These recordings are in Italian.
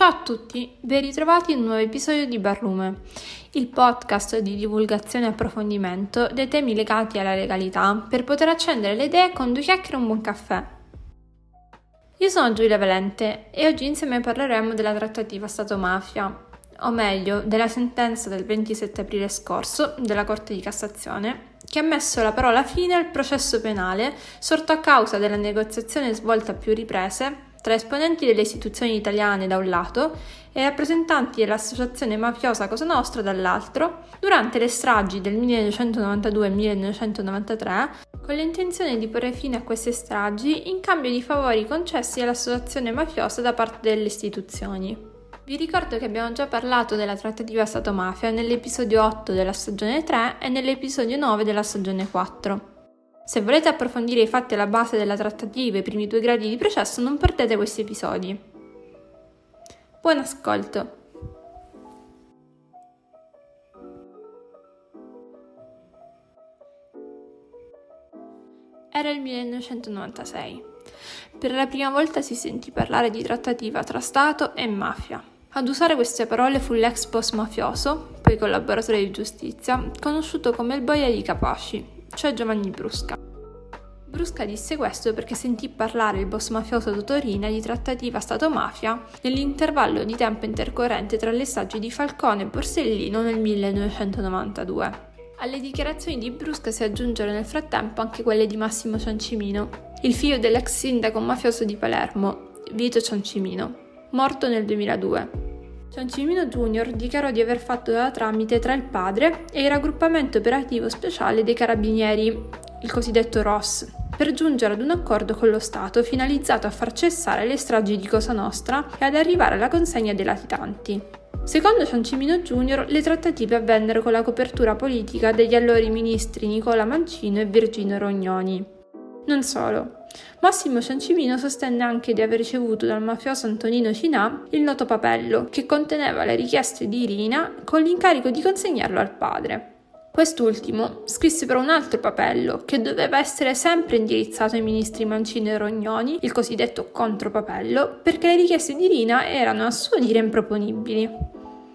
Ciao a tutti, ben ritrovati in un nuovo episodio di Barlume, il podcast di divulgazione e approfondimento dei temi legati alla legalità per poter accendere le idee con due chiacchiere e un buon caffè. Io sono Giulia Valente e oggi insieme parleremo della trattativa Stato-mafia, o meglio della sentenza del 27 aprile scorso della Corte di Cassazione che ha messo la parola fine al processo penale sorto a causa della negoziazione svolta a più riprese tra esponenti delle istituzioni italiane da un lato e rappresentanti dell'associazione mafiosa Cosa Nostra dall'altro, durante le stragi del 1992 e 1993, con l'intenzione di porre fine a queste stragi in cambio di favori concessi all'associazione mafiosa da parte delle istituzioni. Vi ricordo che abbiamo già parlato della trattativa Stato-mafia nell'episodio 8 della stagione 3 e nell'episodio 9 della stagione 4. Se volete approfondire i fatti alla base della trattativa e i primi 2 gradi di processo, non perdete questi episodi. Buon ascolto! Era il 1996. Per la prima volta si sentì parlare di trattativa tra Stato e mafia. Ad usare queste parole fu l'ex boss mafioso, poi collaboratore di giustizia, conosciuto come il boia di Capaci, cioè Giovanni Brusca. Brusca disse questo perché sentì parlare il boss mafioso Totò Riina di trattativa Stato-mafia nell'intervallo di tempo intercorrente tra le stragi di Falcone e Borsellino nel 1992. Alle dichiarazioni di Brusca si aggiunsero nel frattempo anche quelle di Massimo Ciancimino, il figlio dell'ex sindaco mafioso di Palermo, Vito Ciancimino, morto nel 2002. Ciancimino Junior dichiarò di aver fatto da tramite tra il padre e il raggruppamento operativo speciale dei carabinieri, il cosiddetto ROS, per giungere ad un accordo con lo Stato finalizzato a far cessare le stragi di Cosa Nostra e ad arrivare alla consegna dei latitanti. Secondo Ciancimino Junior, le trattative avvennero con la copertura politica degli allora ministri Nicola Mancino e Virginio Rognoni. Non solo. Massimo Ciancimino sostenne anche di aver ricevuto dal mafioso Antonino Cinà il noto papello che conteneva le richieste di Riina con l'incarico di consegnarlo al padre. Quest'ultimo scrisse però un altro papello che doveva essere sempre indirizzato ai ministri Mancino e Rognoni, il cosiddetto contropapello, perché le richieste di Riina erano a suo dire improponibili.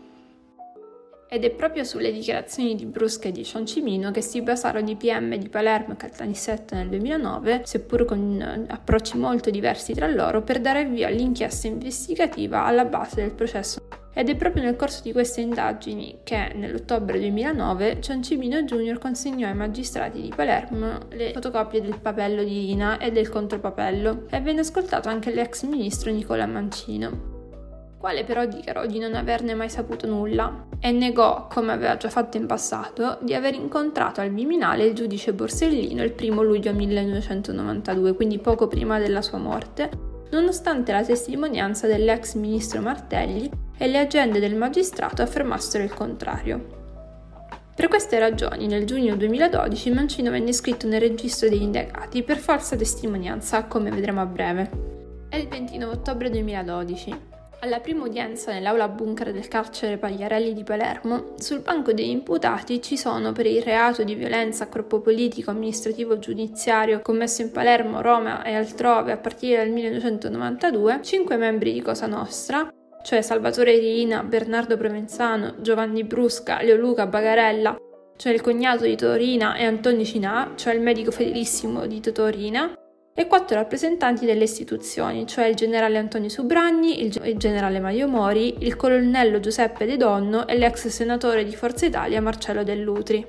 Ed è proprio sulle dichiarazioni di Brusca e di Ciancimino che si basarono i PM di Palermo e Caltanissetta nel 2009, seppur con approcci molto diversi tra loro, per dare avvio all'inchiesta investigativa alla base del processo. Ed è proprio nel corso di queste indagini che, nell'ottobre 2009, Ciancimino Junior consegnò ai magistrati di Palermo le fotocopie del papello di Riina e del contropapello, e venne ascoltato anche l'ex ministro Nicola Mancino, quale però dichiarò di non averne mai saputo nulla e negò, come aveva già fatto in passato, di aver incontrato al Viminale il giudice Borsellino il 1 luglio 1992, quindi poco prima della sua morte, nonostante la testimonianza dell'ex ministro Martelli e le agende del magistrato affermassero il contrario. Per queste ragioni, nel giugno 2012 Mancino venne iscritto nel registro degli indagati per falsa testimonianza, come vedremo a breve. È il 29 ottobre 2012. Alla prima udienza nell'aula bunker del carcere Pagliarelli di Palermo, sul banco degli imputati ci sono, per il reato di violenza a corpo politico, amministrativo o giudiziario commesso in Palermo, Roma e altrove a partire dal 1992, 5 membri di Cosa Nostra, cioè Salvatore Riina, Bernardo Provenzano, Giovanni Brusca, Leoluca Bagarella, cioè il cognato di Totò Riina, e Antonio Cinà, cioè il medico fedelissimo di Totò Riina, e 4 rappresentanti delle istituzioni, cioè il generale Antonio Subragni, il generale Mario Mori, il colonnello Giuseppe De Donno e l'ex senatore di Forza Italia Marcello Dell'Utri.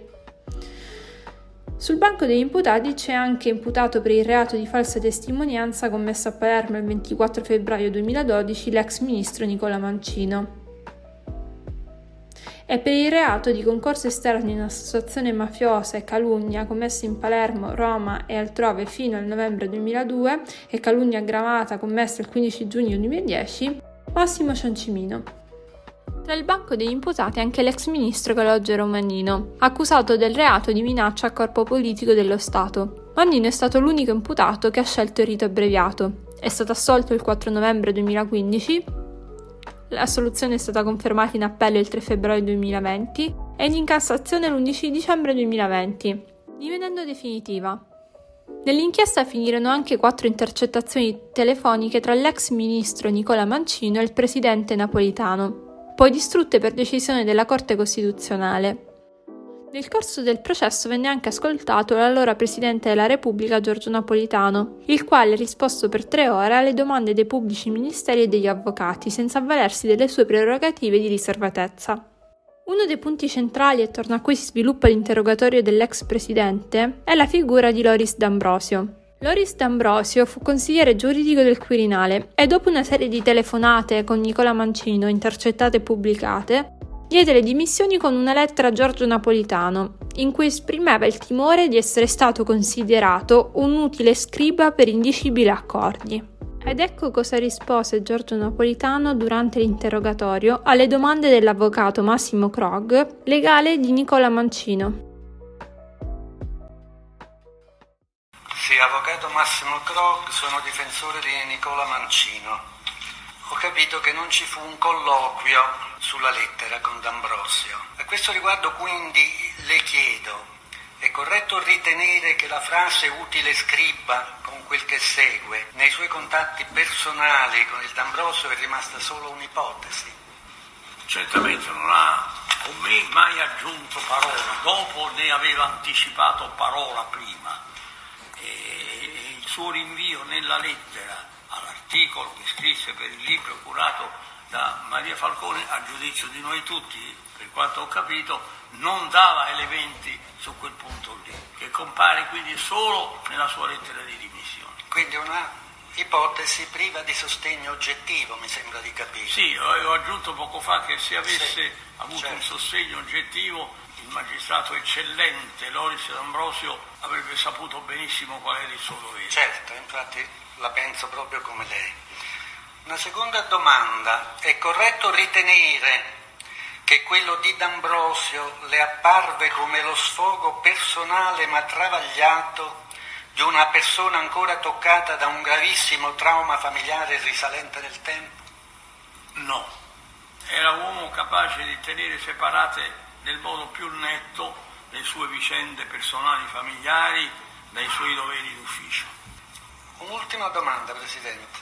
Sul banco degli imputati c'è anche imputato per il reato di falsa testimonianza commesso a Palermo il 24 febbraio 2012 l'ex ministro Nicola Mancino. E per il reato di concorso esterno in associazione mafiosa e calunnia commesso in Palermo, Roma e altrove fino al novembre 2002 e calunnia aggravata commessa il 15 giugno 2010, Massimo Ciancimino. Tra il banco degli imputati anche l'ex ministro Calogero Mannino, accusato del reato di minaccia a corpo politico dello Stato. Mannino è stato l'unico imputato che ha scelto il rito abbreviato. È stato assolto il 4 novembre 2015. L'assoluzione è stata confermata in appello il 3 febbraio 2020 e in Cassazione l'11 dicembre 2020, divenendo definitiva. Nell'inchiesta finirono anche 4 intercettazioni telefoniche tra l'ex ministro Nicola Mancino e il presidente Napolitano, poi distrutte per decisione della Corte Costituzionale. Nel corso del processo venne anche ascoltato l'allora Presidente della Repubblica Giorgio Napolitano, il quale ha risposto per 3 ore alle domande dei pubblici ministeri e degli avvocati, senza avvalersi delle sue prerogative di riservatezza. Uno dei punti centrali attorno a cui si sviluppa l'interrogatorio dell'ex presidente è la figura di Loris D'Ambrosio. Loris D'Ambrosio fu consigliere giuridico del Quirinale e dopo una serie di telefonate con Nicola Mancino, intercettate e pubblicate, diede le dimissioni con una lettera a Giorgio Napolitano, in cui esprimeva il timore di essere stato considerato un utile scriba per indicibili accordi. Ed ecco cosa rispose Giorgio Napolitano durante l'interrogatorio alle domande dell'avvocato Massimo Krog, legale di Nicola Mancino. Sì, avvocato Massimo Krog, sono difensore di Nicola Mancino. Ho capito che non ci fu un colloquio sulla lettera con D'Ambrosio. A questo riguardo quindi le chiedo, è corretto ritenere che la frase utile scriba con quel che segue nei suoi contatti personali con il D'Ambrosio è rimasta solo un'ipotesi? Certamente non ha con me mai aggiunto parola, dopo ne aveva anticipato parola prima. E il suo rinvio nella lettera all'articolo che scrisse per il libro curato da Maria Falcone, a giudizio di noi tutti, per quanto ho capito, non dava elementi su quel punto lì, che compare quindi solo nella sua lettera di dimissioni. Quindi una ipotesi priva di sostegno oggettivo, mi sembra di capire. Sì, ho aggiunto poco fa che se avesse avuto un sostegno oggettivo, il magistrato eccellente Loris D'Ambrosio avrebbe saputo benissimo qual era il suo dovere. Certo, infatti la penso proprio come lei. Una seconda domanda, è corretto ritenere che quello di D'Ambrosio le apparve come lo sfogo personale ma travagliato di una persona ancora toccata da un gravissimo trauma familiare risalente nel tempo? No, era uomo capace di tenere separate nel modo più netto le sue vicende personali familiari dai suoi doveri d'ufficio. Un'ultima domanda, Presidente.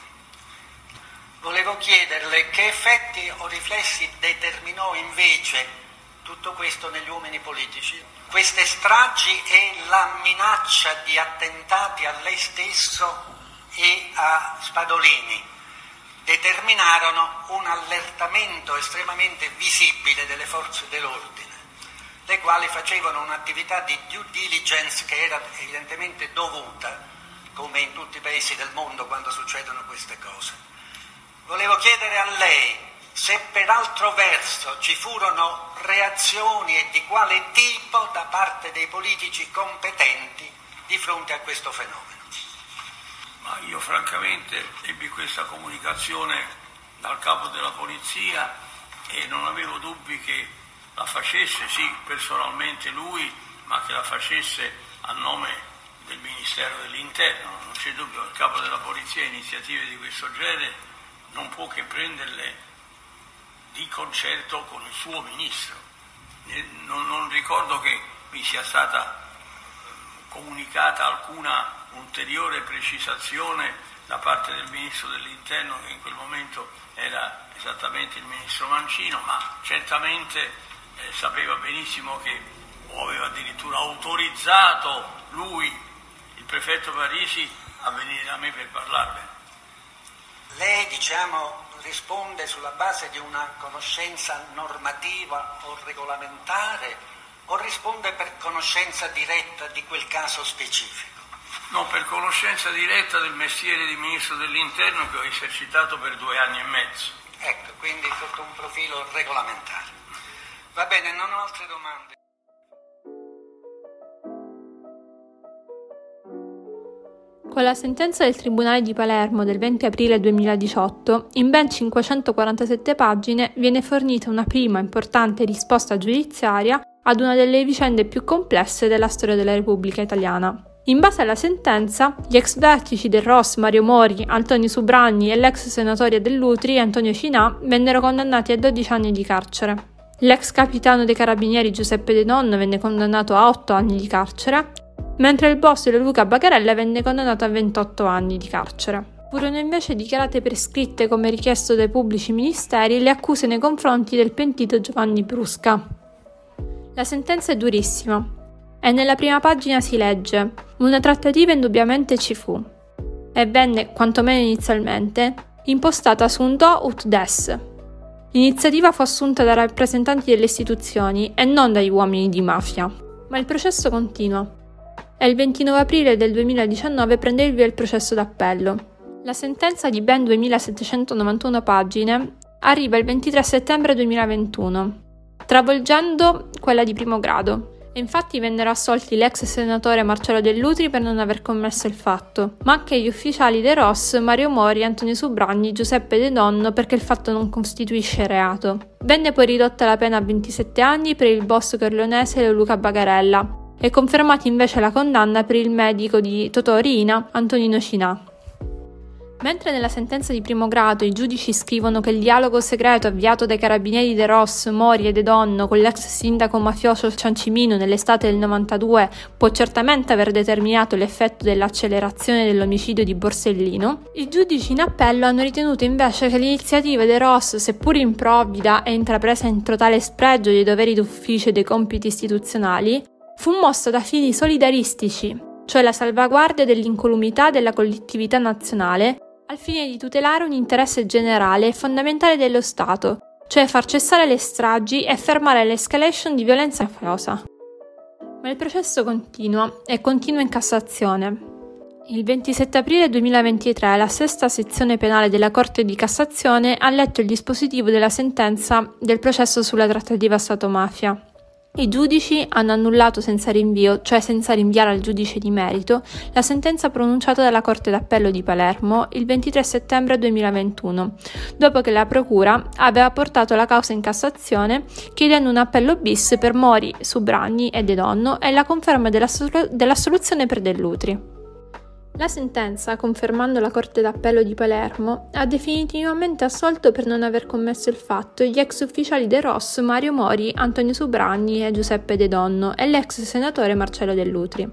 Volevo chiederle che effetti o riflessi determinò invece tutto questo negli uomini politici. Queste stragi e la minaccia di attentati a lei stesso e a Spadolini determinarono un allertamento estremamente visibile delle forze dell'ordine, le quali facevano un'attività di due diligence che era evidentemente dovuta, come in tutti i paesi del mondo quando succedono queste cose. Volevo chiedere a lei se per altro verso ci furono reazioni e di quale tipo da parte dei politici competenti di fronte a questo fenomeno. Ma io francamente ebbi questa comunicazione dal capo della polizia e non avevo dubbi che la facesse, sì, personalmente lui, ma che la facesse a nome del Ministero dell'Interno. Non c'è dubbio che il capo della polizia iniziative di questo genere non può che prenderle di concerto con il suo ministro. Non ricordo che mi sia stata comunicata alcuna ulteriore precisazione da parte del ministro dell'Interno, che in quel momento era esattamente il ministro Mancino, ma certamente sapeva benissimo che, o aveva addirittura autorizzato lui, il prefetto Parisi, a venire da me per parlarne. Lei, risponde sulla base di una conoscenza normativa o regolamentare o risponde per conoscenza diretta di quel caso specifico? No, per conoscenza diretta del mestiere di Ministro dell'Interno che ho esercitato per 2 anni e mezzo. Ecco, quindi sotto un profilo regolamentare. Va bene, non ho altre domande. Con la sentenza del Tribunale di Palermo del 20 aprile 2018, in ben 547 pagine viene fornita una prima importante risposta giudiziaria ad una delle vicende più complesse della storia della Repubblica Italiana. In base alla sentenza, gli ex vertici del ROS Mario Mori, Antonio Subragni e l'ex senatore dell'Utri Antonio Cinà vennero condannati a 12 anni di carcere. L'ex capitano dei carabinieri Giuseppe De Donno venne condannato a 8 anni di carcere mentre il boss Luca Bagarella venne condannato a 28 anni di carcere. Furono invece dichiarate prescritte, come richiesto dai pubblici ministeri, le accuse nei confronti del pentito Giovanni Brusca. La sentenza è durissima e nella prima pagina si legge: una trattativa indubbiamente ci fu e venne, quantomeno inizialmente, impostata su un do ut des. L'iniziativa fu assunta da rappresentanti delle istituzioni e non dagli uomini di mafia. Ma il processo continua e il 29 aprile del 2019 prende il via il processo d'appello. La sentenza di ben 2791 pagine arriva il 23 settembre 2021, travolgendo quella di primo grado. E infatti vennero assolti l'ex senatore Marcello Dell'Utri per non aver commesso il fatto, ma anche gli ufficiali De Ros, Mario Mori, Antonio Subragni, Giuseppe De Donno, perché il fatto non costituisce reato. Venne poi ridotta la pena a 27 anni per il boss corleonese Luca Bagarella e confermata invece la condanna per il medico di Totò Riina, Antonino Cinà. Mentre nella sentenza di primo grado i giudici scrivono che il dialogo segreto avviato dai carabinieri De Ros, Mori e De Donno con l'ex sindaco mafioso Ciancimino nell'estate del 92 può certamente aver determinato l'effetto dell'accelerazione dell'omicidio di Borsellino, i giudici in appello hanno ritenuto invece che l'iniziativa De Ros, seppur improvvida e intrapresa in totale spregio dei doveri d'ufficio e dei compiti istituzionali, fu mossa da fini solidaristici, cioè la salvaguardia dell'incolumità della collettività nazionale, al fine di tutelare un interesse generale e fondamentale dello Stato, cioè far cessare le stragi e fermare l'escalation di violenza mafiosa. Ma il processo continua e continua in Cassazione. Il 27 aprile 2023 la sesta sezione penale della Corte di Cassazione ha letto il dispositivo della sentenza del processo sulla trattativa Stato-mafia. I giudici hanno annullato senza rinvio, cioè senza rinviare al giudice di merito, la sentenza pronunciata dalla Corte d'Appello di Palermo il 23 settembre 2021, dopo che la Procura aveva portato la causa in Cassazione chiedendo un appello bis per Mori, Subragni e De Donno e la conferma dell'assoluzione per Dell'Utri. La sentenza, confermando la Corte d'Appello di Palermo, ha definitivamente assolto per non aver commesso il fatto gli ex ufficiali De Ros, Mario Mori, Antonio Subragni e Giuseppe De Donno e l'ex senatore Marcello Dell'Utri.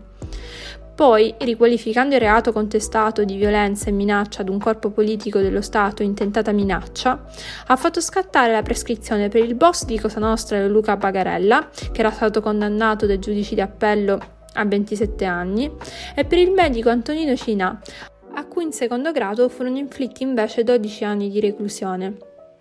Poi, riqualificando il reato contestato di violenza e minaccia ad un corpo politico dello Stato in tentata minaccia, ha fatto scattare la prescrizione per il boss di Cosa Nostra Luca Bagarella, che era stato condannato dai giudici di appello a 27 anni, e per il medico Antonino Cinà, a cui in secondo grado furono inflitti invece 12 anni di reclusione.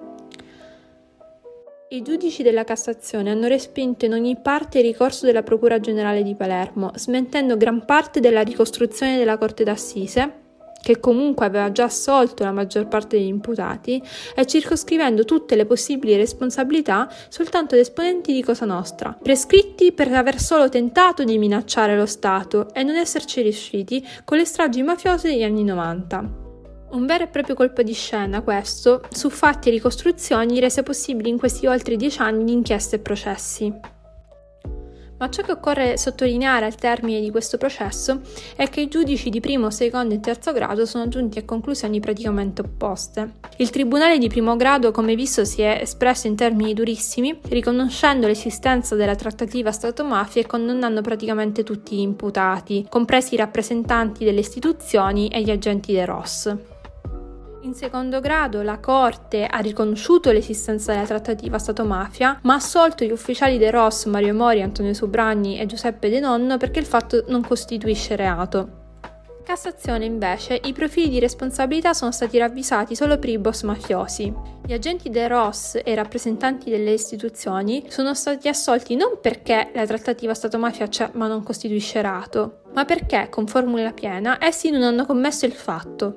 I giudici della Cassazione hanno respinto in ogni parte il ricorso della Procura Generale di Palermo, smentendo gran parte della ricostruzione della Corte d'Assise, che comunque aveva già assolto la maggior parte degli imputati, e circoscrivendo tutte le possibili responsabilità soltanto ad esponenti di Cosa Nostra, prescritti per aver solo tentato di minacciare lo Stato e non esserci riusciti con le stragi mafiose degli anni 90. Un vero e proprio colpo di scena questo, su fatti e ricostruzioni rese possibili in questi oltre 10 anni di inchieste e processi. Ma ciò che occorre sottolineare al termine di questo processo è che i giudici di primo, secondo e terzo grado sono giunti a conclusioni praticamente opposte. Il tribunale di primo grado, come visto, si è espresso in termini durissimi, riconoscendo l'esistenza della trattativa Stato-mafia e condannando praticamente tutti gli imputati, compresi i rappresentanti delle istituzioni e gli agenti De Ros. In secondo grado la Corte ha riconosciuto l'esistenza della trattativa Stato-mafia, ma ha assolto gli ufficiali De Ros, Mario Mori, Antonio Subragni e Giuseppe De Donno perché il fatto non costituisce reato. Cassazione invece, i profili di responsabilità sono stati ravvisati solo per i boss mafiosi. Gli agenti De Ros e i rappresentanti delle istituzioni sono stati assolti non perché la trattativa Stato-mafia c'è ma non costituisce reato, ma perché, con formula piena, essi non hanno commesso il fatto.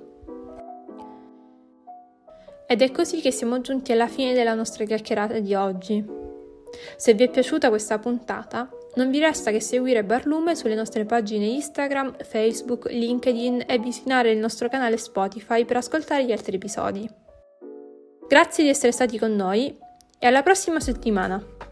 Ed è così che siamo giunti alla fine della nostra chiacchierata di oggi. Se vi è piaciuta questa puntata, non vi resta che seguire Barlume sulle nostre pagine Instagram, Facebook, LinkedIn e visitare il nostro canale Spotify per ascoltare gli altri episodi. Grazie di essere stati con noi e alla prossima settimana!